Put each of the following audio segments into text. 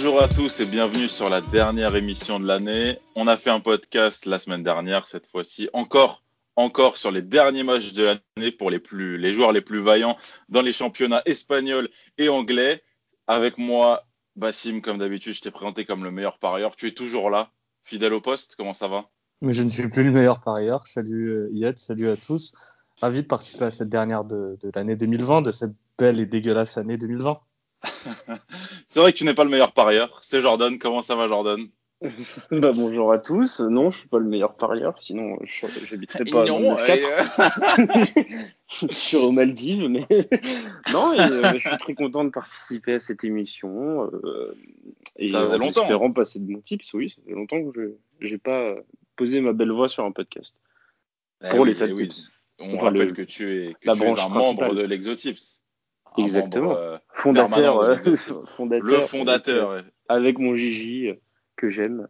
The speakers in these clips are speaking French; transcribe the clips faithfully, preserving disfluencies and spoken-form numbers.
Bonjour à tous et bienvenue sur la dernière émission de l'année. On a fait un podcast la semaine dernière, cette fois-ci encore, encore sur les derniers matchs de l'année pour les plus, les joueurs les plus vaillants dans les championnats espagnols et anglais. Avec moi, Bassim, comme d'habitude, je t'ai présenté comme le meilleur parieur. Tu es toujours là, fidèle au poste. Comment ça va? Mais je ne suis plus le meilleur parieur. Salut euh, Yad, salut à tous. Ravi de participer à cette dernière de, de l'année deux mille vingt, de cette belle et dégueulasse année deux mille vingt. C'est vrai que tu n'es pas le meilleur parieur. C'est Jordan. Comment ça va, Jordan? Bah, bonjour à tous. Non, je suis pas le meilleur parieur, sinon je j'habiterais pas dans le Non, neuf quatre. Je suis aux Maldives, mais non, et, euh, je suis très content de participer à cette émission euh, et Ça faisait en longtemps. espérant passer de bons tips. Oui, ça fait longtemps que je j'ai pas posé ma belle voix sur un podcast. Eh Pour oui, les fat eh oui. tips. On Enfin, rappelle le- que tu es, que la tu es branche un membre principale. de l'Exotips. Un Exactement. membre euh, Fondateur, permanent de euh, l'Exotips. fondateur, Le fondateur. avec, euh, avec mon Gigi euh, que j'aime.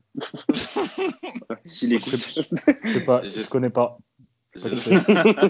S'il Je écoute. sais, je sais pas, je J'es- connais pas. Je sais pas qui c'est.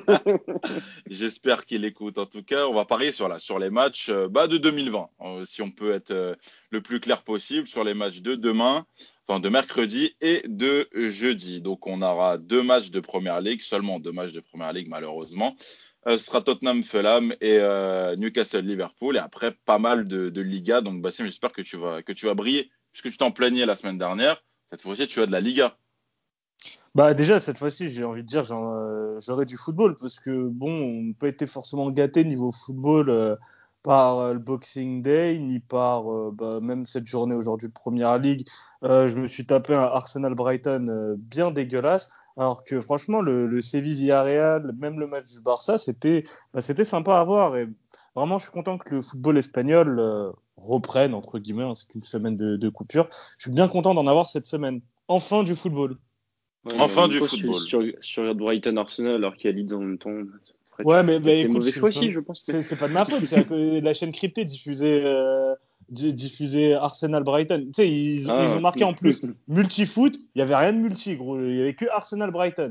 J'espère qu'il écoute. En tout cas, on va parier sur, la, sur les matchs euh, bah, de deux mille vingt, euh, si on peut être euh, le plus clair possible, sur les matchs de demain, enfin de mercredi et de jeudi. Donc, on aura deux matchs de Première Ligue, seulement deux matchs de Première Ligue, malheureusement. Euh, ce sera Tottenham-Fulham et euh, Newcastle-Liverpool. Et après, pas mal de, de Liga. Donc, Bassim, j'espère que tu vas, que tu vas briller, puisque tu t'en plaignais la semaine dernière. Cette fois-ci, tu as de la Liga. Bah déjà cette fois-ci, j'ai envie de dire j'en, euh, j'aurais du football parce que bon, on n'a pas été forcément gâté niveau football euh, par euh, le Boxing Day ni par euh, bah, même cette journée aujourd'hui de Première Ligue. Euh, je me suis tapé un Arsenal Brighton euh, bien dégueulasse, alors que franchement le, le Séville Villarreal, même le match du Barça, c'était bah, c'était sympa à voir et vraiment je suis content que le football espagnol euh, reprenne entre guillemets, hein, c'est qu'une semaine de, de coupure. Je suis bien content d'en avoir cette semaine. Enfin du football. Ouais, mais Enfin, en même du temps, si tu, football. si tu reg- si tu regardes Brighton Arsenal alors qu'il y a Leeds en même temps, après, Ouais, tu mais fais bah, peut-être les écoute, mauvais c'est choix pas, aussi, je pense. Mais... c'est- c'est pas de ma faute, c'est à que la chaîne cryptée diffusait, euh, di- diffusait Arsenal Brighton. Tu sais, ils, ils ont Ah, marqué en plus multi-foot, il y avait rien de multi, gros, il y avait que Arsenal Brighton.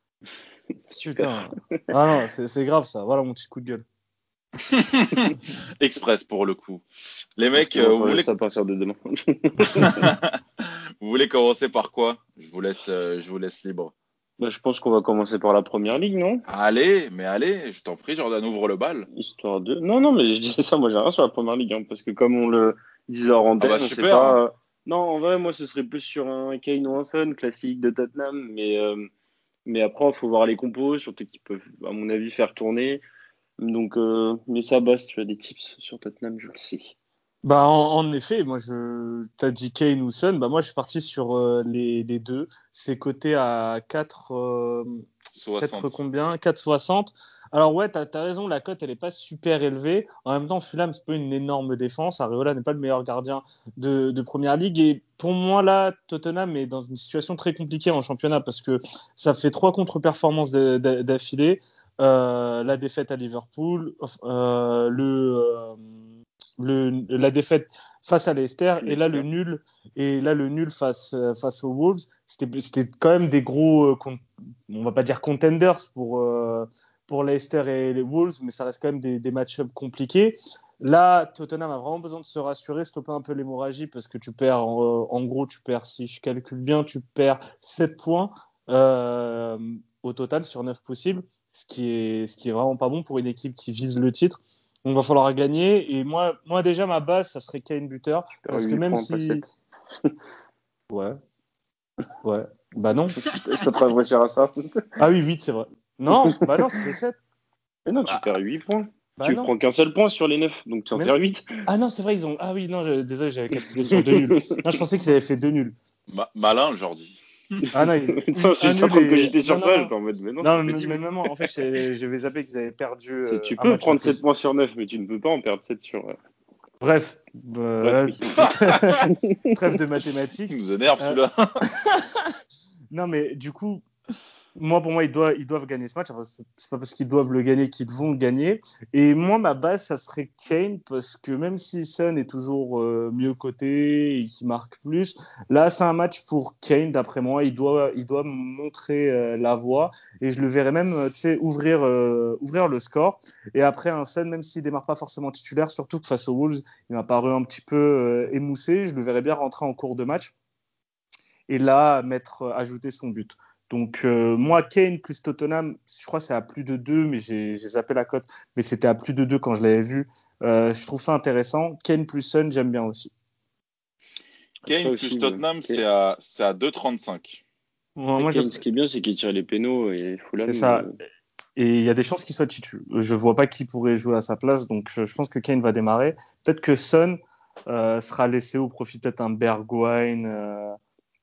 super. Putain. Ah non, c'est c'est grave ça, voilà mon petit coup de gueule. Express pour le coup. Les Je pense mecs, qu'on euh, va vous changer voulez, ça à partir de demain. vous voulez commencer par quoi? Je vous laisse, euh, je vous laisse libre. Bah, je pense qu'on va commencer par la première ligue, non? Allez, mais allez, je t'en prie, Jordan, ouvre le bal. Histoire de. Non, non, mais je disais ça, moi j'ai rien sur la première ligue, hein, parce que comme on le disait en Ah antenne, bah on sait super. Hein. pas. euh, Non, en vrai, moi ce serait plus sur un Kane ou un Son, classique de Tottenham, mais, euh, mais après, il faut voir les compos, surtout qu'ils peuvent, à mon avis, faire tourner. Donc, euh, mais ça, Bas, tu as des tips sur Tottenham, je le sais. Bah en, en effet, moi je t'as dit Kane ou Son, bah moi je suis parti sur euh, les, les deux. C'est coté à quatre euh, quatre soixante. combien? quatre soixante. Alors ouais, t'as as raison, la cote elle est pas super élevée. En même temps, Fulham c'est pas une énorme défense. Areola n'est pas le meilleur gardien de, de Première Ligue. Et pour moi là, Tottenham est dans une situation très compliquée en championnat parce que ça fait trois contre-performances d'a- d'a- d'affilée. Euh, la défaite à Liverpool, euh, le euh, le, la défaite face à Leicester et là le nul et là le nul face face aux Wolves, c'était c'était quand même des gros euh, con- on va pas dire contenders pour euh, pour Leicester et les Wolves, mais ça reste quand même des, des match-ups compliqués. Là, Tottenham a vraiment besoin de se rassurer, stopper un peu l'hémorragie parce que tu perds en, en gros tu perds, si je calcule bien, tu perds sept points euh, au total sur neuf possibles, ce qui est ce qui est vraiment pas bon pour une équipe qui vise le titre. Donc, il va falloir gagner. Et moi, moi, déjà, ma base, ça serait Kane buteur. Tu perds Parce que huit même points, pas si. sept. Ouais. Ouais. Bah non. Je suis en train de réfléchir à ça. Ah oui, huit, c'est vrai. Non, bah non, ça fait sept. Mais non, tu Ah, perds huit points. Bah Tu non. prends qu'un seul point sur les neuf, donc tu en Mais... perds huit. Ah non, c'est vrai, ils ont. Ah oui, non, je... désolé, j'avais calculé sur deux nuls. Non, je pensais qu'ils avaient fait deux nuls. ma- malin, le Jordi. Ah non, ils... Non, un j'étais en nul train de et. cogiter Non, sur non, ça, non. j'étais en mode, mais non, Non, c'est mais, possible. mais même moi, en fait, j'ai- j'avais zappé qu'ils avaient perdu C'est- euh, Tu un peux match en prendre plus. sept points sur neuf, mais tu ne peux pas en perdre sept sur. euh, Bref. Bref, Euh... oui. Trêve de mathématiques. Il nous énerve Euh, celui-là. Non, mais du coup, Moi, pour moi, ils doivent, ils doivent gagner ce match. Enfin, c'est c'est pas parce qu'ils doivent le gagner qu'ils vont le gagner. Et moi, ma base, ça serait Kane, parce que même si Son est toujours euh, mieux coté et qu'il marque plus, là, c'est un match pour Kane, d'après moi. Il doit, il doit montrer euh, la voie. Et je le verrais même, euh, tu sais, ouvrir, euh, ouvrir le score. Et après, un Son, même s'il démarre pas forcément titulaire, surtout que face aux Wolves, il m'a paru un petit peu euh, émoussé. Je le verrais bien rentrer en cours de match et là mettre ajouter son but. Donc euh, moi Kane plus Tottenham, je crois que c'est à plus de deux, mais j'ai, j'ai zappé la cote, mais c'était à plus de deux quand je l'avais vu. Euh, je trouve ça intéressant. Kane plus Son, j'aime bien aussi. Après Kane plus aussi, ouais. Tottenham, Kane, c'est à, c'est à deux virgule trente-cinq. Moi, après, moi, je, Kane, ce qui est bien, c'est qu'il tire les pénaux et c'est Fulham. ça. euh, Et il y a des chances qu'il soit titu. Je vois pas qui pourrait jouer à sa place, donc je, je pense que Kane va démarrer. Peut-être que Son euh, sera laissé au profit peut-être d'un Bergwijn euh,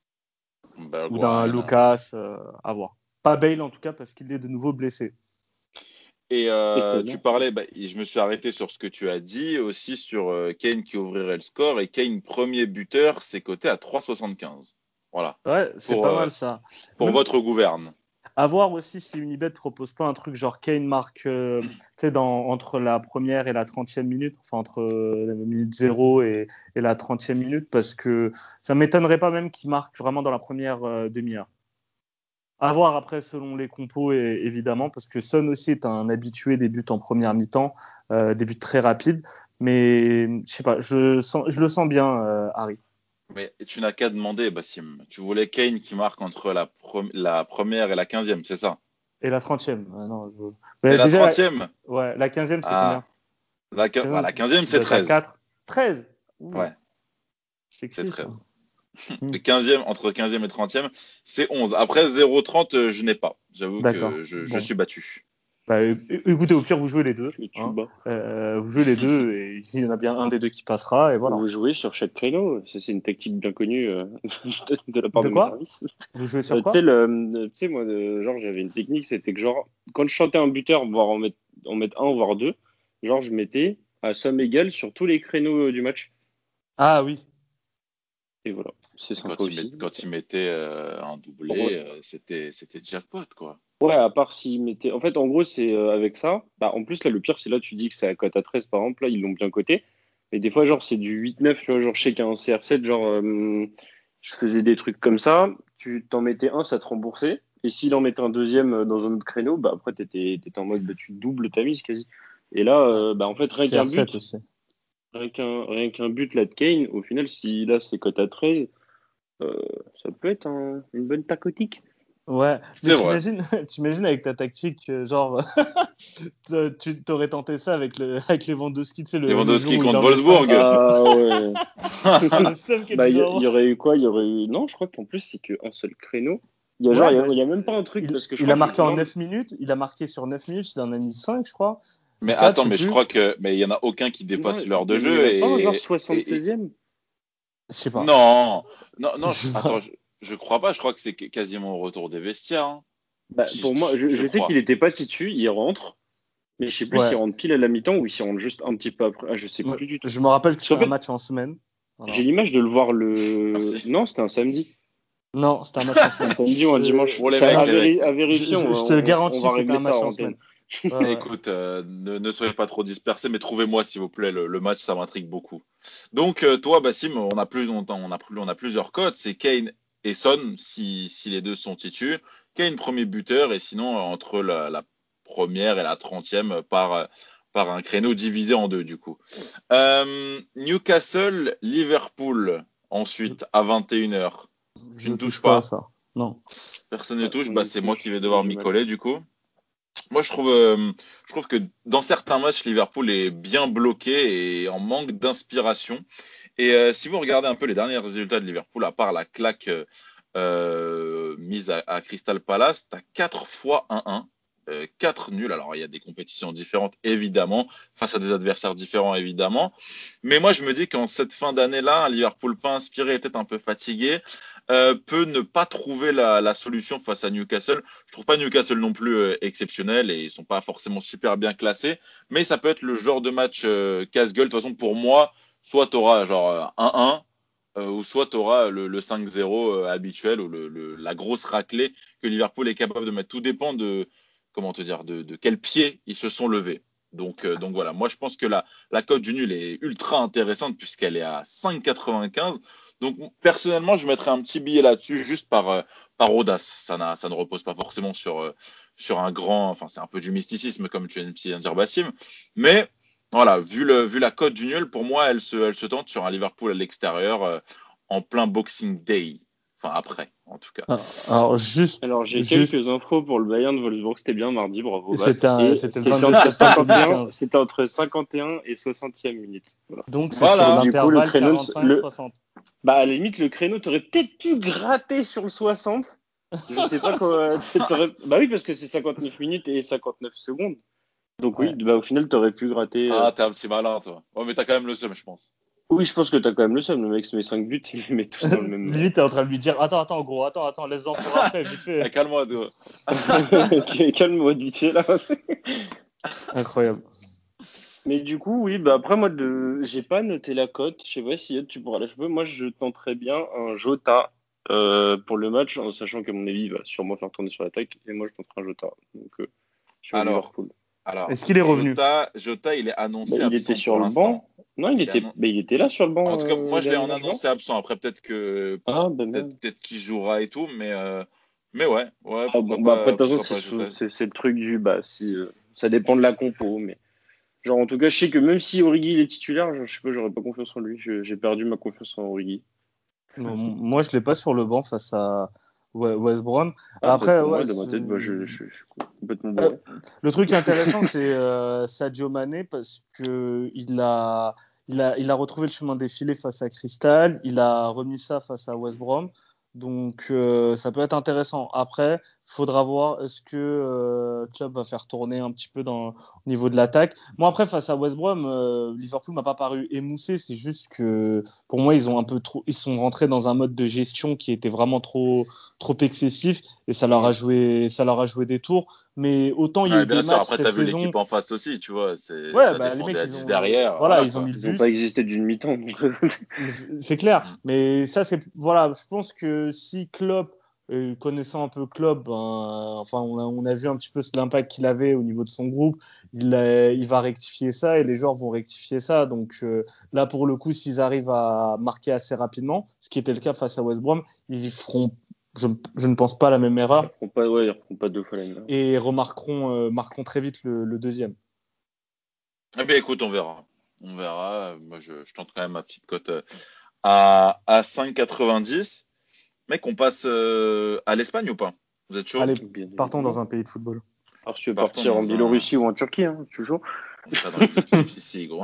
ou d'un Bergwijn. Lucas, euh, à voir. Pas Bale en tout cas parce qu'il est de nouveau blessé. Et euh, tu Étonnant. parlais, bah, et je me suis arrêté sur ce que tu as dit, aussi sur euh, Kane qui ouvrirait le score. Et Kane, premier buteur, c'est coté à trois virgule soixante-quinze. Voilà, Ouais, c'est pour, pas euh, mal ça. pour Même votre gouverne. à voir aussi si Unibet propose pas un truc genre Kane marque euh, tu sais, dans, entre la première et la trentième minute, enfin entre euh, la minute zéro et, et la trentième minute, parce que ça m'étonnerait pas même qu'il marque vraiment dans la première euh, demi-heure. À voir après selon les compos et, évidemment, parce que Son aussi est un habitué des buts en première mi-temps, euh, des buts très rapides, mais je sais pas, je, sens, je le sens bien, euh, Harry. Mais tu n'as qu'à demander, Bassim. Tu voulais Kane qui marque entre la, pre- la première et la quinzième, c'est ça? Et la trentième, ah non, je- Et mais la déjà, la, trentième? ouais, la quinzième c'est Ah, combien? la, quin- bah, quinze, la quinzième, ça c'est doit être à treize. quatre. treize. Ouh, Ouais, c'est sexy ça. treize. Hmm. Le quinzième, entre quinzième et trentième, c'est onze. Après zéro virgule trente, euh, je n'ai pas. J'avoue que D'accord. je, je Bon. suis battu. Bah, é- écoutez, au pire, vous jouez les deux. Je tue Hein. bas. Euh, vous jouez les deux et il y en a bien un des deux qui passera et voilà. Vous jouez sur chaque créneau. Ça, c'est une tactique bien connue euh, de, de la part De de mes quoi? services. Vous jouez sur Euh, tu sais, quoi? le- tu sais, moi, de- genre, j'avais une technique, c'était que, genre, quand je chantais un buteur, voire en mettre, en mettre un, voire deux, genre, je mettais à somme égale sur tous les créneaux euh, du match. Ah oui. Et voilà, c'est Et sympa quand il, met- aussi. quand il mettait euh, un doublé, Ouais, euh, c'était, c'était jackpot, quoi. ouais, à part s'ils mettaient. En fait, en gros, c'est euh, avec ça. Bah, en plus, là, le pire, c'est là, tu dis que c'est à cote à treize, par exemple. Là, ils l'ont bien coté. Mais des fois, genre, c'est du huit neuf, tu vois. Genre, je sais qu'un C R sept, genre, euh, je faisais des trucs comme ça. Tu t'en mettais un, ça te remboursait. Et s'il en mettait un deuxième euh, dans un autre créneau, bah, après, t'étais, t'étais en mode, bah, tu doubles ta mise quasi. Et là, Ouais. euh, bah, en fait, rien qu'un C R sept but, aussi. rien qu'un, rien qu'un but, là, de Kane, au final, si là, c'est cote à treize, euh, ça peut être un- une bonne tacotique. Ouais, mais C'est vrai. t'imagines, t'imagines avec ta tactique, euh, genre, tu t'aurais tenté ça avec le, avec Lewandowski, tu sais, le, le jour Lewandowski où il contre en met cinq. Wolfsburg. Ah ouais. Le seum que Bah, tu il dois y, y avoir. aurait eu quoi? Il y aurait eu. Non, je crois qu'en plus, c'est qu'un seul créneau. Il y a genre, Ouais, il y a, bah, il y a même pas un truc il, parce que je il crois a que. marqué en Non, neuf minutes, il a marqué sur neuf minutes, il en a mis cinq, je crois, ou Mais quatre, je attends, sais mais je plus. crois que, mais il y en a aucun qui non, dépasse l'heure de mais il y en jeu a pas un genre et, et, et- soixante-seizième. Je sais pas. non, non, non. Je je- sais attends, pas. je, je crois pas. Je crois que c'est qu- quasiment au retour des vestiaires, hein. Bah, Si pour je, moi, je, je, je je sais qu'il crois. était pas titu, il rentre, mais je sais plus s'il Ouais. rentre pile à la mi-temps ou s'il rentre juste un petit peu après. Ah, je sais Me- plus du tout. Je me rappelle que Parce qu'en c'était un fait, match en semaine. j'ai Voilà. l'image de le voir le. Merci. Non, c'était un samedi. Non, c'était un match en Un semaine. samedi ou un Euh, dimanche. Bon, les Ça, mecs, à, les mecs. véri- à je, vérifier, on, je- je te on, on garantis va que c'était régler un ça match à en antenne. semaine. Ouais, ouais. Écoute, euh, ne, ne soyez pas trop dispersés, mais trouvez-moi s'il vous plaît le, le match, ça m'intrigue beaucoup. Donc euh, toi, Bassim, on a plus longtemps, on a plus, on a plusieurs codes, c'est Kane et Son si, si les deux sont titus. Kane premier buteur et sinon euh, entre la, la première et la trentième par euh, par un créneau divisé en deux du coup. Euh, Newcastle, Liverpool Je, ensuite à vingt et une heures. Tu je ne touche touches pas à pas, ça. Non. personne ne Ouais, touche, moi bah non c'est plus, moi qui vais j'ai devoir du m'y mal. coller du coup. Moi, je trouve, euh, je trouve que dans certains matchs, Liverpool est bien bloqué et en manque d'inspiration. Et euh, si vous regardez un peu les derniers résultats de Liverpool, à part la claque euh, euh, mise à, à Crystal Palace, tu as quatre fois un un, euh, quatre nuls. Alors, il y a des compétitions différentes, évidemment, face à des adversaires différents, évidemment. Mais moi, je me dis qu'en cette fin d'année-là, un Liverpool pas inspiré et peut-être un peu fatigué euh, peut ne pas trouver la, la solution face à Newcastle. Je trouve pas Newcastle non plus euh, exceptionnel et ils sont pas forcément super bien classés, mais ça peut être le genre de match euh, casse-gueule. De toute façon, pour moi, soit tu auras genre euh, un un, euh, ou soit tu auras le, le cinq zéro euh, habituel ou le, le- la grosse raclée que Liverpool est capable de mettre. Tout dépend de, comment te dire, de, de quel pied ils se sont levés. Donc, euh, donc voilà, moi je pense que la, la cote du nul est ultra intéressante puisqu'elle est à cinq virgule quatre-vingt-quinze. Donc personnellement, je mettrais un petit billet là-dessus juste par, euh, par audace. Ça, n'a, ça ne repose pas forcément sur, euh, sur un grand, enfin c'est un peu du mysticisme comme tu viens de dire Bassim. Mais voilà, vu, le, vu la cote du nul, pour moi, elle se, elle se tente sur un Liverpool à l'extérieur euh, en plein Boxing Day. Enfin après, en tout cas. Alors, alors, juste, Alors, j'ai juste, quelques infos pour le Bayern de Wolfsburg. C'était bien mardi, bravo. Bas. c'était, un- Et c'était le c'était vingt-deux entre septembre cinquante et un, deux mille quinze. c'était entre cinquante et un et soixantième minute. Voilà. Donc, c'est Voilà. sur Donc, du coup, le l'intervalle créneau, quarante-cinq le, soixante. bah, à la limite, le créneau, t'aurais peut-être pu gratter sur le soixante. Je sais pas quoi. t'aurais- Bah oui, parce que c'est cinquante-neuf minutes et cinquante-neuf secondes. Donc oui, Ouais. bah au final, t'aurais pu gratter. euh, Ah, t'es un petit malin, toi. Oh, mais t'as quand même le seum, je pense. Oui, je pense que t'as quand même le seum. Le mec se met cinq buts, il les met tous dans le même. Limite, t'es en train de lui dire, attends, attends, gros, attends, attends, laisse-en pour après, vite Ah, fait. calme-moi, toi. Ok, calme-moi vite fait là. Incroyable. Mais du coup, oui, bah après moi, de... j'ai pas noté la cote. Je sais pas si Ed, tu pourras la jouer. Moi, je tenterais bien un Jota euh, pour le match, en sachant qu'à mon avis, il va sûrement faire tourner sur l'attaque. Et moi, je tenterais un Jota. Donc, euh, sur Alors, Liverpool. alors, Est-ce qu'il est revenu? Jota, Jota, il est Bah, annoncé il était absent sur pour le l'instant. banc. Non, il Il est était, annon- bah, il était là sur le En banc tout cas, euh, moi, le je l'ai dernier en match, non? annoncé absent. Après, peut-être que, Ah, bah peut-être, merde. peut-être qu'il jouera et tout, mais, euh, mais ouais, ouais, Ah pourquoi bon, bah après, de pas, toute façon, pourquoi c'est pas sous- Jota. c'est c'est le truc du, bah, si, euh, ça dépend de la compo, mais genre, en tout cas, je sais que même si Origi il est titulaire, je, je sais pas, j'aurais pas confiance en lui. Je- J'ai perdu ma confiance en Origi. Bon, moi, je l'ai pas sur le banc face à Ouais- West Brom. Ah, peut-être Après, pour moi, ouais, dans ma c'est- tête, bah, je, je, je suis complètement euh, bourré. le truc intéressant, c'est euh, Sadio Mané parce que il a, il a, il a retrouvé le chemin défilé face à Crystal. Il a remis ça face à West Brom. Donc, euh, ça peut être intéressant. Après, faudra voir est-ce que euh, le club va faire tourner un petit peu dans, au niveau de l'attaque. Moi, après, face à West Brom, euh, Liverpool m'a pas paru émoussé. C'est juste que, pour moi, ils ont un peu trop, ils sont rentrés dans un mode de gestion qui était vraiment trop, trop excessif et ça leur a Mm. joué, ça leur a joué des tours. Mais autant il y a Ouais, eu des bien sûr. matchs Après, t'as cette vu saison. l'équipe en face aussi, tu vois. C'est, Ouais, ça bah, les défendait mecs, à ils dix ont, derrière. voilà, Voilà, ils ont quoi. mis le Ils n'ont pas bus. existé d'une mi-temps. donc, Mais c'est c'est clair. Mm. Mais ça, c'est, voilà, je pense que si Klopp, euh, connaissant un peu Klopp, ben, enfin, on a, on a vu un petit peu l'impact qu'il avait au niveau de son groupe. Il, a- il va rectifier ça et les joueurs vont rectifier ça. Donc, euh, là, pour le coup, s'ils arrivent à marquer assez rapidement, ce qui était le cas face à West Brom, ils feront, je, je ne pense pas, la même Ils erreur reprend pas, ouais, ils reprend pas deux fois la même. et remarqueront, euh, marqueront très vite le, le deuxième. Eh bien, écoute, on verra. On verra. Moi, je, je tente quand même ma petite cote euh, à, à cinq virgule quatre-vingt-dix. Mec, on passe euh, à l'Espagne ou pas? Vous êtes chaud? Allez, Bien partons dans évidemment. un pays de football. Alors, si tu veux Partons partir en dans un. Biélorussie ou en Turquie, hein, toujours. On sera dans le fictif ici, gros.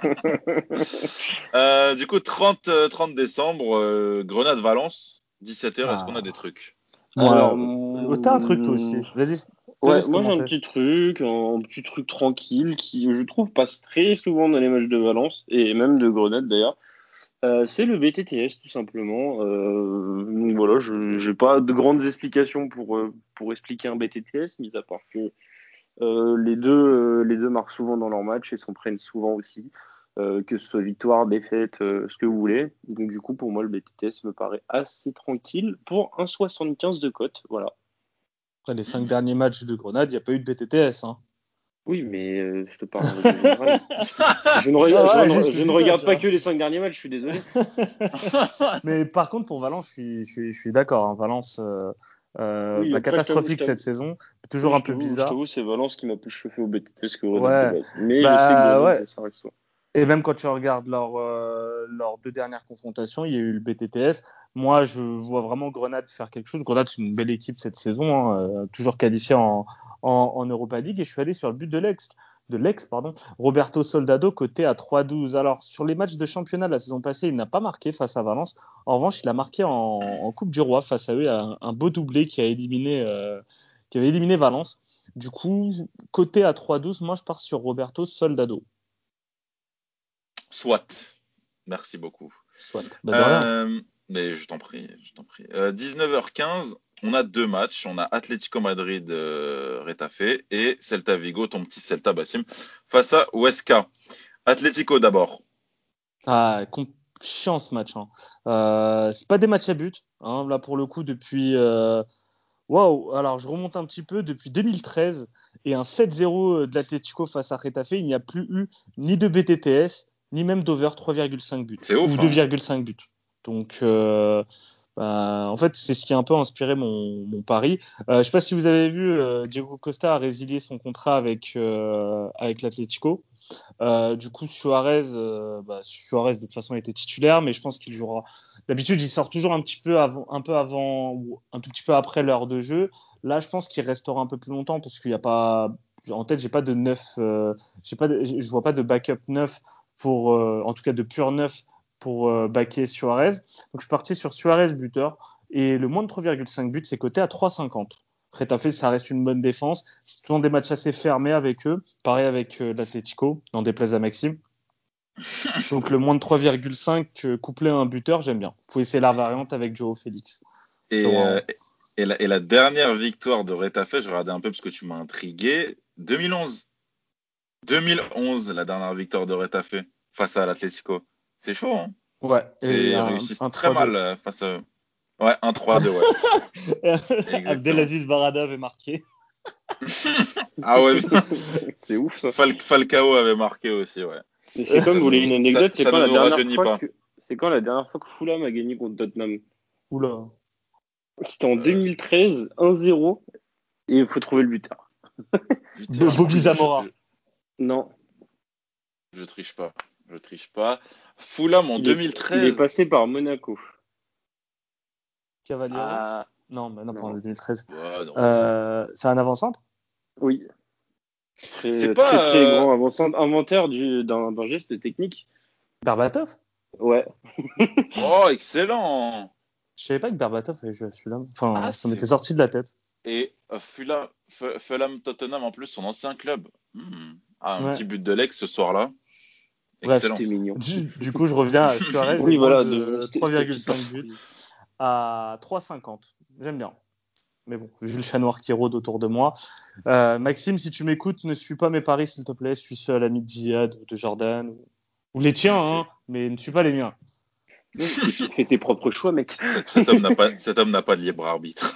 Euh, du coup, trente, euh, trente décembre, euh, Grenade-Valence, dix-sept heures. Est-ce qu'on a des Ah. trucs? Moi, Alors, euh, t'as un truc toi aussi. mm, Vas-y, te ouais, laisse moi j'ai un commencer. petit truc, un petit truc tranquille qui, je trouve, passe très souvent dans les matchs de Valence et même de Grenade d'ailleurs. Euh, c'est le B T T S tout simplement. Euh, donc voilà, je n'ai pas de grandes explications pour, euh, pour expliquer un B T T S, mis à part que euh, les deux, euh, les deux marquent souvent dans leur match et s'en prennent souvent aussi, euh, que ce soit victoire, défaite, euh, ce que vous voulez. Donc du coup, pour moi, le B T T S me paraît assez tranquille pour un soixante-quinze de cote. Voilà. Après les cinq derniers matchs de Grenade, il n'y a pas eu de B T T S. Hein. Oui, mais euh, je te parle en règle générale. Je ne, Non, rega- je voilà, ne- juste, je je ne dis ça, regarde tu pas vois. que les cinq derniers matchs, je suis désolé. Mais par contre, pour Valence, je suis, je suis, je suis d'accord. Hein. Valence, euh, euh, Oui, bah, après, je t'avoue, je catastrophique t'avoue, cette saison. oui, Toujours un je peu t'avoue, je bizarre. t'avoue, c'est Valence qui m'a plus chauffé au B T T S que Grenade de Ouais. base. Mais je sais que Bah Grenade, ouais. ça reste ça. Et même quand tu regardes leurs euh, leurs deux dernières confrontations, il y a eu le B T T S. Moi, je vois vraiment Grenade faire quelque chose. Grenade, c'est une belle équipe cette saison, hein, euh, toujours qualifiée en, en, en Europa League. Et je suis allé sur le but de l'ex, de l'ex, pardon, Roberto Soldado, coté à trois douze. Alors, sur les matchs de championnat de la saison passée, il n'a pas marqué face à Valence. En revanche, il a marqué en, en Coupe du Roi face à eux, un, un beau doublé qui a éliminé, euh, qui avait éliminé Valence. Du coup, coté à trois douze, moi, je pars sur Roberto Soldado. Soit. Merci beaucoup. Soit. Bah, de rien. Euh, mais je t'en prie, je t'en prie. Euh, dix-neuf heures quinze, on a deux matchs. On a Atlético Madrid, euh, Retafe et Celta Vigo, ton petit Celta Bassim, face à Huesca. Atlético d'abord. Ah, con- chiant ce match. Hein. Euh, c'est pas des matchs à but. Hein. Là, pour le coup, depuis, euh, Waouh, alors je remonte un petit peu. Depuis deux mille treize et un sept zéro de l'Atlético face à Getafe, il n'y a plus eu ni de B T T S, ni même d'over trois virgule cinq buts. C'est ouf, ou hein. deux virgule cinq buts. Donc, euh, bah, en fait, c'est ce qui a un peu inspiré mon, mon pari. Euh, je ne sais pas si vous avez vu, euh, Diego Costa a résilié son contrat avec, euh, avec l'Atlético. Euh, du coup, Suarez, euh, bah, Suarez de toute façon était titulaire, mais je pense qu'il jouera. D'habitude, il sort toujours un petit peu avant, un peu avant ou un tout petit peu après l'heure de jeu. Là, je pense qu'il restera un peu plus longtemps parce qu'il n'y a pas. En tête, j'ai pas de neuf. Euh, j'ai pas. De, je vois pas de backup neuf pour, euh, en tout cas de pur neuf pour euh, backer Suarez. Donc, je suis parti sur Suarez buteur et le moins de trois virgule cinq buts, c'est coté à trois virgule cinquante. Retafe, ça reste une bonne défense. C'est souvent des matchs assez fermés avec eux. Pareil avec euh, l'Atlético, n'en déplaise à Maxime. Donc le moins de trois virgule cinq euh, couplé à un buteur, j'aime bien. Vous pouvez essayer la variante avec Joao Félix. Et, Genre, euh, et, la, et la dernière victoire de Retafe, je regardais un peu parce que tu m'as intrigué. deux mille onze. deux mille onze, la dernière victoire de Retafe face à l'Atlético. C'est chaud, hein. ouais, et C'est un, réussi un très mal trois deux. euh, face à eux. Ouais, un trois deux, ouais. Exactement. Abdelaziz Barada avait marqué. Ah ouais, C'est ouf ça. Fal- Falcao avait marqué aussi, ouais. Mais c'est comme, vous voulez une anecdote, ça, c'est ça quand ne la nous dernière rajeunit fois pas. que c'est quand la dernière fois que Fulham a gagné contre Tottenham? Oula. C'était en Euh, deux mille treize, un zéro, et il faut trouver le buteur. Putain, je- Bobby je- Zamora. je- Non, Je triche pas. Je triche pas. Fulham en il est, il est deux mille treize. passé par Monaco. Cavaliero. Ah, Non, mais non, pas en Non, deux mille treize. ouais, non. Euh, c'est un avant-centre. oui, C'est très très pas. très euh, grand avant- inventeur du, d'un, d'un geste technique. Berbatov. Ouais, Oh, excellent. Je savais pas que Berbatov avait joué à Fulham. Enfin, Ah, ça c'est. m'était sorti de la tête. Et euh, Fulham, F- Fulham Tottenham, en plus, son ancien club. Hmm. Ah, un Ouais. petit but de l'ex ce soir-là. Bref, Excellent. c'était mignon. du, du coup, je reviens à Suarez et Oui, moins voilà, de, de c'était, c'était petite trois virgule cinq buts surprise. à trois virgule cinquante. J'aime bien. Mais bon, vu le chat noir qui rôde autour de moi. Euh, Maxime, si tu m'écoutes, ne suis pas mes paris, s'il te plaît. Suis ceux à l'ami de Ziad ou de Jordan. Ou, ou les tiens, Ok. hein, mais ne suis pas les miens. Fais tes propres choix, mec. C- Cet homme n'a pas, cet homme n'a pas de libre arbitre.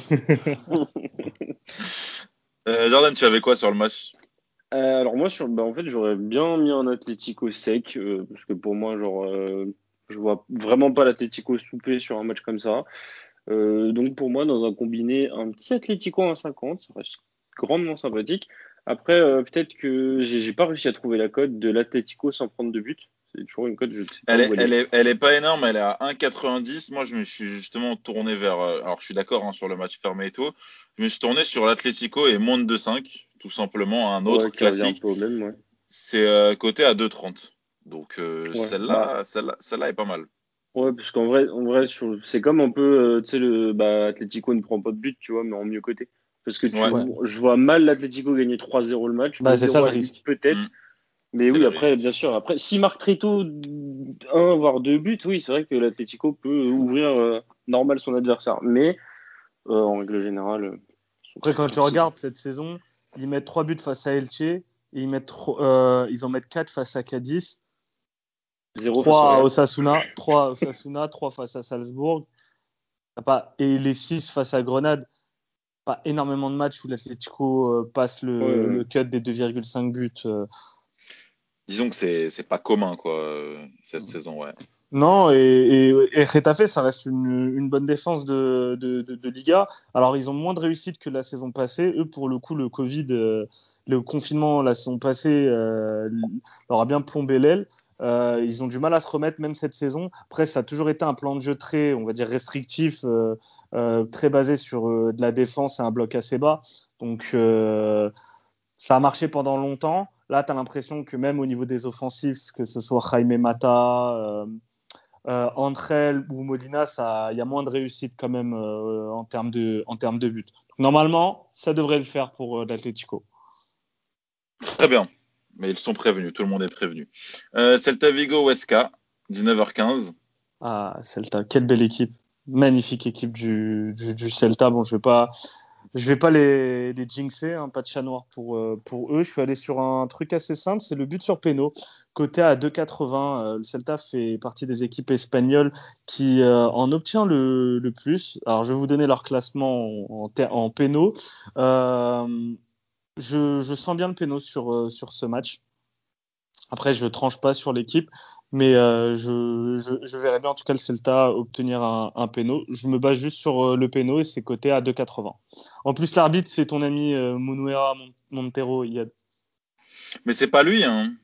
Euh, Jordan, tu avais quoi sur le match? Euh, alors moi, sur, bah, en fait, j'aurais bien mis un Atlético sec, euh, parce que pour moi, genre, euh, je vois vraiment pas l'Atlético souper sur un match comme ça. Euh, donc pour moi, dans un combiné, un petit Atlético à un cinquante, ça reste grandement sympathique. Après, euh, peut-être que j'ai j'ai pas réussi à trouver la cote de l'Atlético sans prendre de but. C'est toujours une cote, je ne sais pas Elle est, où elle elle est. est, elle est pas énorme, elle est à un virgule quatre-vingt-dix. Moi, je me suis justement tourné vers. euh, Alors, je suis d'accord hein, sur le match fermé et tout. Je me suis tourné sur l'Atlético et moins de deux virgule cinq, tout simplement. Un Ouais, autre qui revient un classique, peu au même, ouais. c'est euh, coté à deux virgule trente. Donc, euh, Ouais, bah, celle-là, celle-là, celle-là est pas mal. ouais, parce qu'en vrai, en vrai, sur- c'est comme un peu, euh, tu sais, le, bah, Atlético ne prend pas de but, tu vois, mais en mieux coté. Parce que tu, Ouais, Ouais. je vois mal l'Atlético gagner trois zéro le match, Bah, deux c'est ça zéro le à la limite, risque. hmm, peut-être. Mais c'est oui, le après, bien risque. sûr, après, s'il marque très tôt un voire deux buts, oui, c'est vrai que l'Atlético peut ouvrir euh, normal son adversaire. Mais euh, en règle générale, euh, ils sont Après, très quand tu tranquilles. regardes cette saison, ils mettent trois buts face à Elche, et ils, mettent tro- euh, ils en mettent quatre face à Cadiz, Zéro face au trois à Real. Osasuna, trois à Osasuna, trois face à Salzbourg, T'as pas, et les six face à Grenade. Pas énormément de matchs où l'Atlético euh, passe Ouais, le, ouais. le cut des deux virgule cinq buts. euh. Disons que c'est, c'est pas commun, quoi, euh, cette saison, ouais. Non, et, et, et Getafe, ça reste une, une bonne défense de, de, de, de Liga. Alors, ils ont moins de réussite que la saison passée. Eux, pour le coup, le Covid, euh, le confinement la saison passée euh, leur a bien plombé l'aile. Euh, ils ont du mal à se remettre même cette saison. Après, ça a toujours été un plan de jeu très, on va dire, restrictif, euh, euh, très basé sur euh, de la défense et un bloc assez bas. Donc, euh, ça a marché pendant longtemps. Là, tu as l'impression que même au niveau des offensifs, que ce soit Jaime Mata, euh, euh, Andrel ou Modina, il y a moins de réussite quand même euh, en termes de, en termes de but. Donc, normalement, ça devrait le faire pour euh, l'Atlético. Très bien. Mais ils sont prévenus, tout le monde est prévenu. Euh, Celta Vigo Huesca, dix-neuf heures quinze. Ah, Celta, quelle belle équipe. Magnifique équipe du, du, du Celta. Bon, je vais pas, Je vais pas les, les jinxer, hein, pas de chat noir pour, euh, pour eux. Je suis allé sur un truc assez simple, c'est le but sur péno, coté à deux virgule quatre-vingts. Euh, le Celta fait partie des équipes espagnoles qui euh, en obtient le, le plus. Alors, je vais vous donner leur classement en, en, ter- en péno. Euh, je, je sens bien le péno sur, euh, sur ce match. Après, je tranche pas sur l'équipe, mais euh, je, je, je verrais bien en tout cas le Celta obtenir un, un péno. Je me base juste sur euh, le péno et c'est coté à deux virgule quatre-vingts. En plus, l'arbitre, c'est ton ami euh, Munuera Mon- Montero. Il y a... Mais c'est pas lui, hein.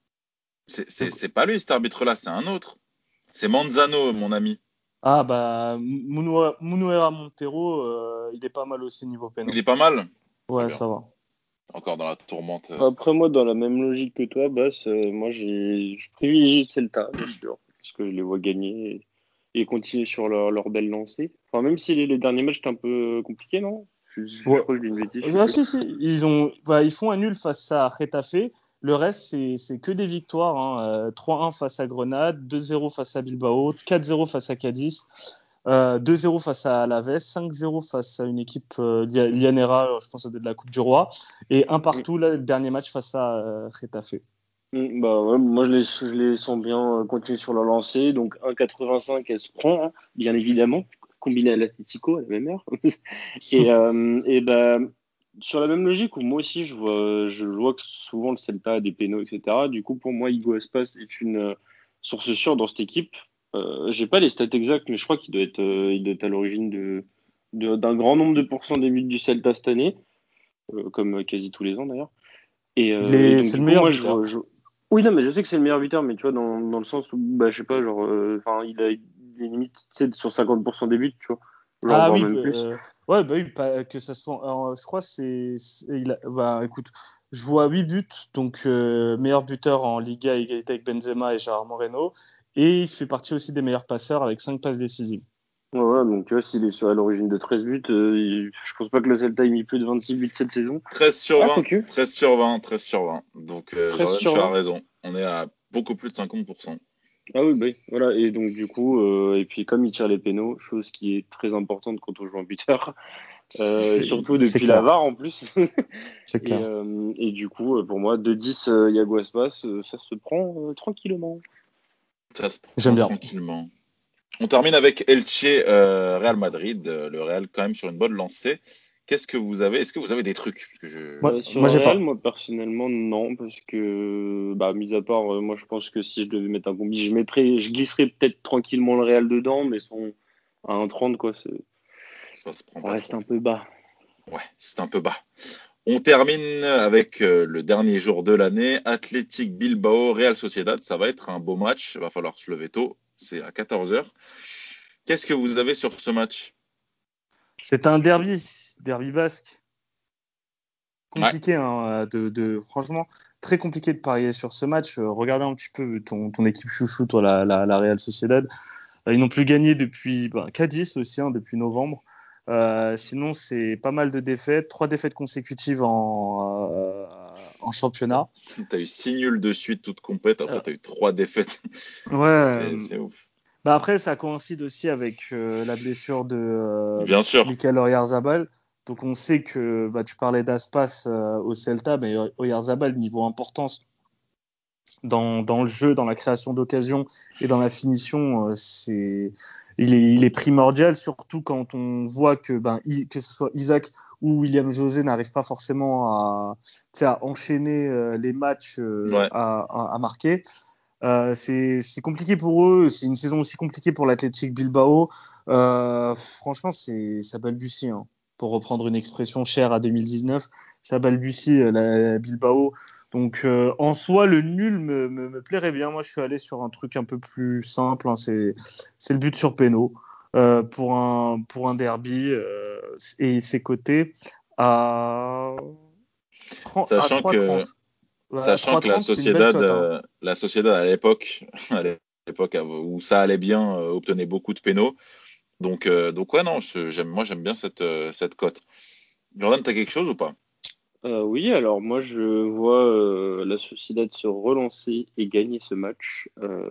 C'est, c'est, Donc, c'est pas lui cet arbitre-là, c'est un autre. C'est Manzano, mon ami. ah, bah, Munuera, Munuera Montero, euh, il est pas mal aussi niveau Il péno. est pas mal. Très Ouais, bien. ça va. Encore dans la tourmente. euh. Après, moi, dans la même logique que toi, Bass, euh, moi, j'ai, je privilégie le Celta, bien sûr, parce que je les vois gagner et, et continuer sur leur, leur belle lancée. Enfin, même si les, les derniers matchs étaient un peu compliqués, non? Je, je Ouais. crois que je dis une bêtise, je sais Ah, plus. si, si. Ils, ont, bah, ils font un nul face à Getafe. Le reste, c'est, c'est que des victoires. Hein. Euh, trois un face à Grenade, deux zéro face à Bilbao, quatre zéro face à Cadiz, euh, deux zéro face à Alaves, cinq zéro face à une équipe euh, Lia- Llanera, je pense que c'est de la Coupe du Roi, et un Mm. partout, là, le dernier match face à euh, Getafe. Mm, bah ouais, moi je les, je les sens bien euh, continuer sur leur lancée. Donc un virgule quatre-vingt-cinq, elle se prend, hein, bien évidemment, combiné à l'Atlético à la même heure. et euh, et bah, sur la même logique, où moi aussi je vois, je vois que souvent le Celta a des pénaux, et cetera. Du coup, pour moi, Igo Aspas est une euh, source sûre dans cette équipe. Euh, j'ai pas les stats exactes, mais je crois qu'il doit être, euh, il doit être à l'origine de, de- d'un grand nombre de pourcents des buts du Celta cette année, euh, comme quasi tous les ans d'ailleurs. Et, Il euh, et est, donc, c'est du le coup, meilleur moi, je, buteur. vois- je... Oui, non, mais je sais que c'est le meilleur buteur, mais tu vois, dans, dans le sens où, bah, je sais pas, genre, euh, enfin, il a des limites, tu sais, sur cinquante pour cent des buts, tu vois, genre, Ah voire oui, même bah, plus. euh, ouais, bah oui, pas, que ça soit. Alors, je crois que c'est, c'est- il a- bah, écoute, je vois huit buts, donc euh, meilleur buteur en Liga à égalité avec Benzema et Gérard Moreno, et il fait partie aussi des meilleurs passeurs avec cinq passes décisives. Ouais, ouais, donc, tu vois, s'il est sur à l'origine de treize buts, euh, il- je pense pas que le Celta ait mis plus de vingt-six buts cette saison. treize sur Ah, vingt. quoique, treize sur vingt. treize sur vingt. Donc, euh, treize Jordan, sur tu as vingt. raison. On est à beaucoup plus de cinquante pour cent. Ah oui, bah, oui, voilà, et donc, du coup, euh, et puis, comme il tire les pénaux, chose qui est très importante quand on joue un buteur, euh, C'est surtout c'est depuis la clair, V A R en plus. c'est Et, clair. euh, et du coup, euh, pour moi, de dix euh, Yago Aspas, euh, ça se prend euh, tranquillement. Ça se J'aime prend bien. tranquillement. On termine avec Elche euh, Real Madrid. Euh, Le Real, quand même, sur une bonne lancée. Qu'est-ce que vous avez? Est-ce que vous avez des trucs? Parce que je... Moi, Euh, sur moi le j'ai Real, pas. moi personnellement, non, parce que, bah, mis à part, euh, moi je pense que si je devais mettre un combi, je mettrais, je glisserais peut-être tranquillement le Real dedans, mais son à un trente, quoi, c'est, Ça se prend ça pas reste trop. un peu bas. Ouais, c'est un peu bas. On termine avec euh, le dernier jour de l'année, Athletic Bilbao, Real Sociedad. Ça va être un beau match. Il va falloir se lever tôt. C'est à quatorze heures. Qu'est-ce que vous avez sur ce match? C'est un derby, derby basque. Ouais, Compliqué, hein, de, de, franchement, très compliqué de parier sur ce match. Euh, regardez un petit peu ton, ton équipe chouchou, toi, la, la, la Real Sociedad. Euh, Ils n'ont plus gagné depuis bah, Cadiz aussi, hein, depuis novembre. Euh, sinon, c'est pas mal de défaites, trois défaites consécutives en, euh, en championnat. t'as eu six nuls de suite toutes compètes. Après, Euh, t'as eu trois défaites. ouais. C'est, euh, c'est ouf. Bah après, ça coïncide aussi avec euh, la blessure de euh, Bien sûr. Mikel Oyarzabal. Donc on sait que bah, tu parlais d'Aspas euh, au Celta, mais Oyarzabal, niveau importance dans, dans le jeu, dans la création d'occasions et dans la finition, euh, c'est il est, il est primordial, surtout quand on voit que ben I, que ce soit Isaac ou William José n'arrivent pas forcément à, tu sais, à enchaîner euh, les matchs euh, Ouais. à, à, à marquer. Euh, c'est, c'est compliqué pour eux. C'est une saison aussi compliquée pour l'Athletic Bilbao. Euh, franchement, c'est ça balbutie. Hein. Pour reprendre une expression chère à deux mille dix-neuf, ça balbutie euh, la, la Bilbao. Donc euh, en soi, le nul me, me, me plairait bien. Moi, je suis allé sur un truc un peu plus simple. Hein. C'est, c'est le but sur péno euh, pour un pour un derby euh, et c'est coté à à Sachant que, trois trente. Ouais, sachant que la trois trente, c'est une belle Sociedad, cote. Hein. euh, la Sociedad à l'époque, à l'époque où ça allait bien, euh, obtenait beaucoup de pénaux. Donc, euh, donc ouais, non, je- j'aime, moi j'aime bien cette, euh, cette cote. Jordan, t'as quelque chose ou pas? Euh, oui, alors moi je vois euh, la Sociedad se relancer et gagner ce match, euh,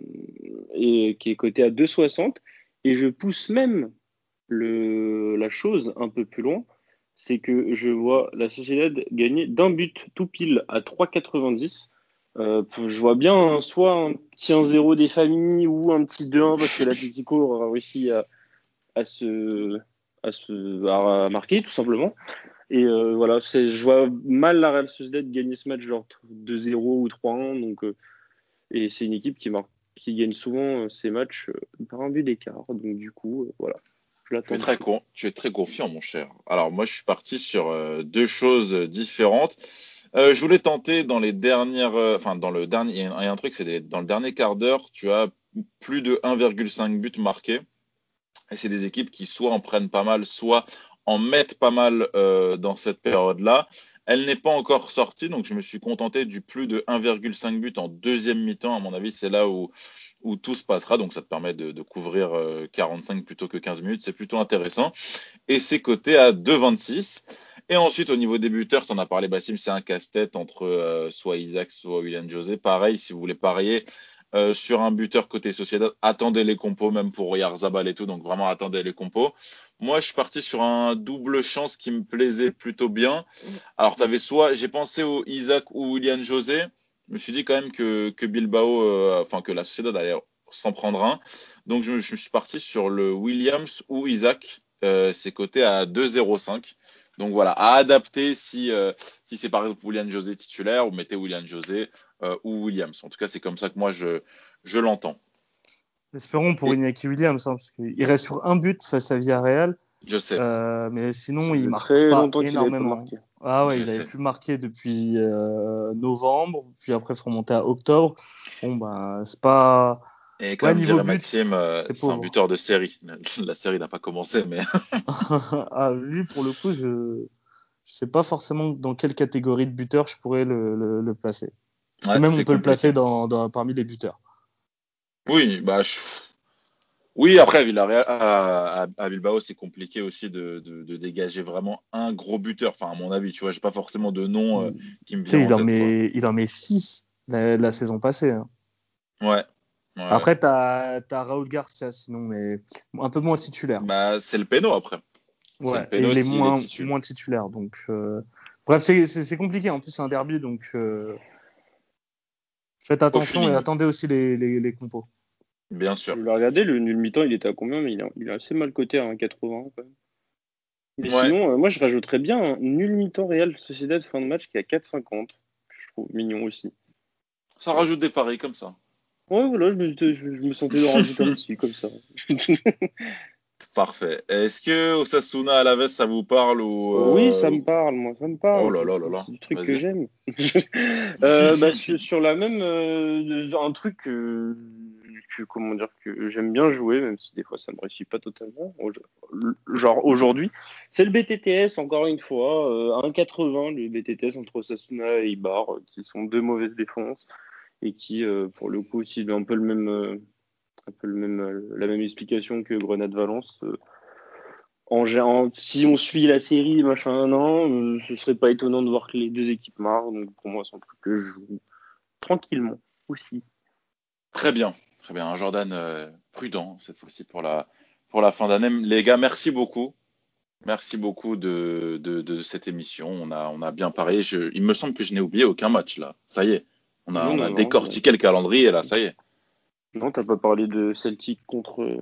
et qui est coté à deux soixante, et je pousse même le, la chose un peu plus loin. c'est que je vois la Sociedad gagner d'un but tout pile à trois quatre-vingt-dix. Euh, je vois bien hein, soit un petit un zéro des familles ou un petit deux un parce que l'Atlético aura réussi à, à, se, à, se, à marquer tout simplement. Et euh, voilà, c'est, je vois mal la Real Sociedad gagner ce match genre deux zéro ou trois un. Donc, euh, et c'est une équipe qui, marque, qui gagne souvent ses matchs euh, par un but d'écart. Donc du coup, euh, voilà. Je Tu es très con, tu es très confiant, mon cher. Alors moi, je suis parti sur euh, deux choses différentes. Euh, je voulais tenter dans les dernières, euh, enfin dans le dernier, il y a un, il y a un truc, c'est des- dans le dernier quart d'heure, tu as plus de un virgule cinq buts marqués. Et c'est des équipes qui soit en prennent pas mal, soit en mettent pas mal euh, dans cette période-là. Elle n'est pas encore sortie, donc je me suis contenté du plus de un virgule cinq buts en deuxième mi-temps. À mon avis, c'est là où, où tout se passera. Donc ça te permet de, de couvrir euh, quarante-cinq plutôt que quinze minutes. C'est plutôt intéressant. Et c'est coté à deux virgule vingt-six. Et ensuite, au niveau des buteurs, tu en as parlé, Bassim, c'est un casse-tête entre euh, soit Isaac, soit William José. Pareil, si vous voulez parier, euh, sur un buteur côté Sociedad, attendez les compos, même pour Oyarzabal et tout, donc vraiment attendez les compos. Moi, je suis parti sur un double chance qui me plaisait plutôt bien. Alors, t'avais soit, j'ai pensé au Isaac ou William José. Je me suis dit quand même que, que Bilbao, euh, enfin que la Sociedad allait s'en prendre un. Donc, je, je suis parti sur le Williams ou Isaac. Euh, c'est coté à deux virgule zéro cinq. Donc voilà, à adapter si, euh, si c'est par exemple William José titulaire, vous mettez William José euh, ou Williams. En tout cas, c'est comme ça que moi je, je l'entends. Espérons pour Et Iñaki Williams, hein, parce qu'il reste sur un but face à Villarreal, je sais, euh, mais Ça sinon il faisait marque très pas longtemps qu'il n'avait pas énormément. marqué. Ah ouais, je il avait sais. plus marqué depuis euh, novembre, puis après faut remonter à octobre. Bon ben c'est pas, Et ouais comme niveau dirait but, Maxime, euh, c'est c'est un pauvre. buteur de série. La série n'a pas commencé, mais Ah lui pour le coup je je sais pas forcément dans quelle catégorie de buteur je pourrais le, le, le placer. Parce que ouais, même on c'est peut le placer compliqué. dans, dans parmi les buteurs. Oui, bah je- oui, après Villarreal, à, à, à Bilbao, c'est compliqué aussi de, de, de dégager vraiment un gros buteur. Enfin, à mon avis, tu vois, j'ai pas forcément de nom euh, Tu qui me vient sais en il en tête, quoi. met il en met six la, la saison passée, hein. Ouais, ouais. Après, t'as, t'as Raúl Garcia, sinon, mais un peu moins titulaire. Bah, c'est le péno après. C'est le Ouais, et péno il est s'il est moins, titulaire. moins titulaire. Donc, euh, bref, c'est, c'est, c'est compliqué. En plus, c'est un derby, donc euh, faites Au attention et feeling, attendez aussi les, les, les compos. bien Je sûr. l'ai regardé, le nul mi-temps, il était à combien? Mais il est, il est assez mal coté à un quatre-vingts quand même. Mais Ouais, sinon, euh, moi je rajouterais bien un nul mi-temps Real Sociedad fin de match qui est à quatre cinquante, que je trouve mignon aussi. ça rajoute des paris comme ça. Ouais, voilà, je me, je, je me sentais de rajouter un petit comme ça. Parfait. Est-ce que Osasuna Alaves, ça vous parle ou Oui, ça euh, me parle, moi, ça me oh parle. là C'est là là c'est- là, c'est du truc que vas-y. j'aime. Euh, bah, sur, sur la même, euh, un truc que, que, comment dire, que j'aime bien jouer, même si des fois ça ne me réussit pas totalement. au- Genre aujourd'hui, c'est le B T T S, encore une fois, euh, un virgule quatre-vingts, le B T T S entre Osasuna et Eibar, euh, qui sont deux mauvaises défenses et qui, euh, pour le coup, aussi, un peu le même, euh, un peu le même, euh, la même explication que Grenade-Valence. euh, en, en- si on suit la série, machin, non, euh, ce serait pas étonnant de voir que les deux équipes marquent. Donc pour moi, c'est un truc que je joue tranquillement aussi. Très bien, très bien. Un Jordan euh, prudent cette fois-ci pour la pour la fin d'année. Les gars, merci beaucoup. Merci beaucoup de, de, de cette émission. On a, on a bien parié. Je, il me semble que je n'ai oublié aucun match là. Ça y est. On a, Non, on a non, non, non. décortiqué le calendrier là. Ça y est. Non, t'as pas parlé de Celtic contre.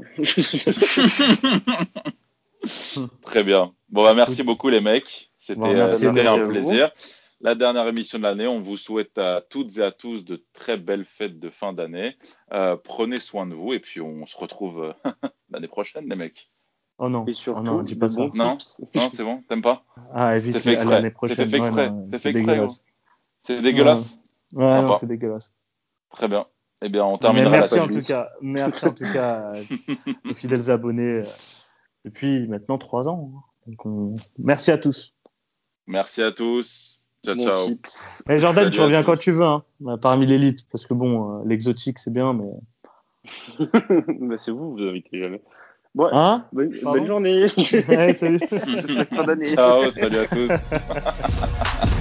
Très bien. Bon, bah, merci Écoute, beaucoup les mecs. on va C'était, euh, remercier c'était Merci un à nos, vous. plaisir. La dernière émission de l'année. On vous souhaite à toutes et à tous de très belles fêtes de fin d'année. Euh, prenez soin de vous et puis on se retrouve euh, l'année prochaine les mecs. oh non, Et oh non, surtout, dis de pas bons ça. Non? tips. Non, c'est bon? T'aimes pas? Ah, C'était évite fait les- à l'année exprès. C'était prochaine. fait Ouais, exprès. non, C'est fait c'est exprès, gros. dégueulasse. C'est Ouais, dégueulasse. ouais, non, Sympa. c'est dégueulasse. Très bien. Eh bien, on Mais terminera merci en là-dessus. tout cas, merci en tout cas aux fidèles abonnés euh, depuis maintenant trois ans, hein. Donc on... merci à tous. Merci à tous. Ciao, Bons ciao. tips. Et Jordan, tu Salut à reviens quand tous. tu veux, hein, parmi l'élite, parce que bon, euh, l'exotique c'est bien, mais Bah, c'est vous, vous invitez jamais. Ouais, hein? bonne, bonne Pardon? journée. Ouais, salut. Bonne fin d'année. Ciao, salut à tous.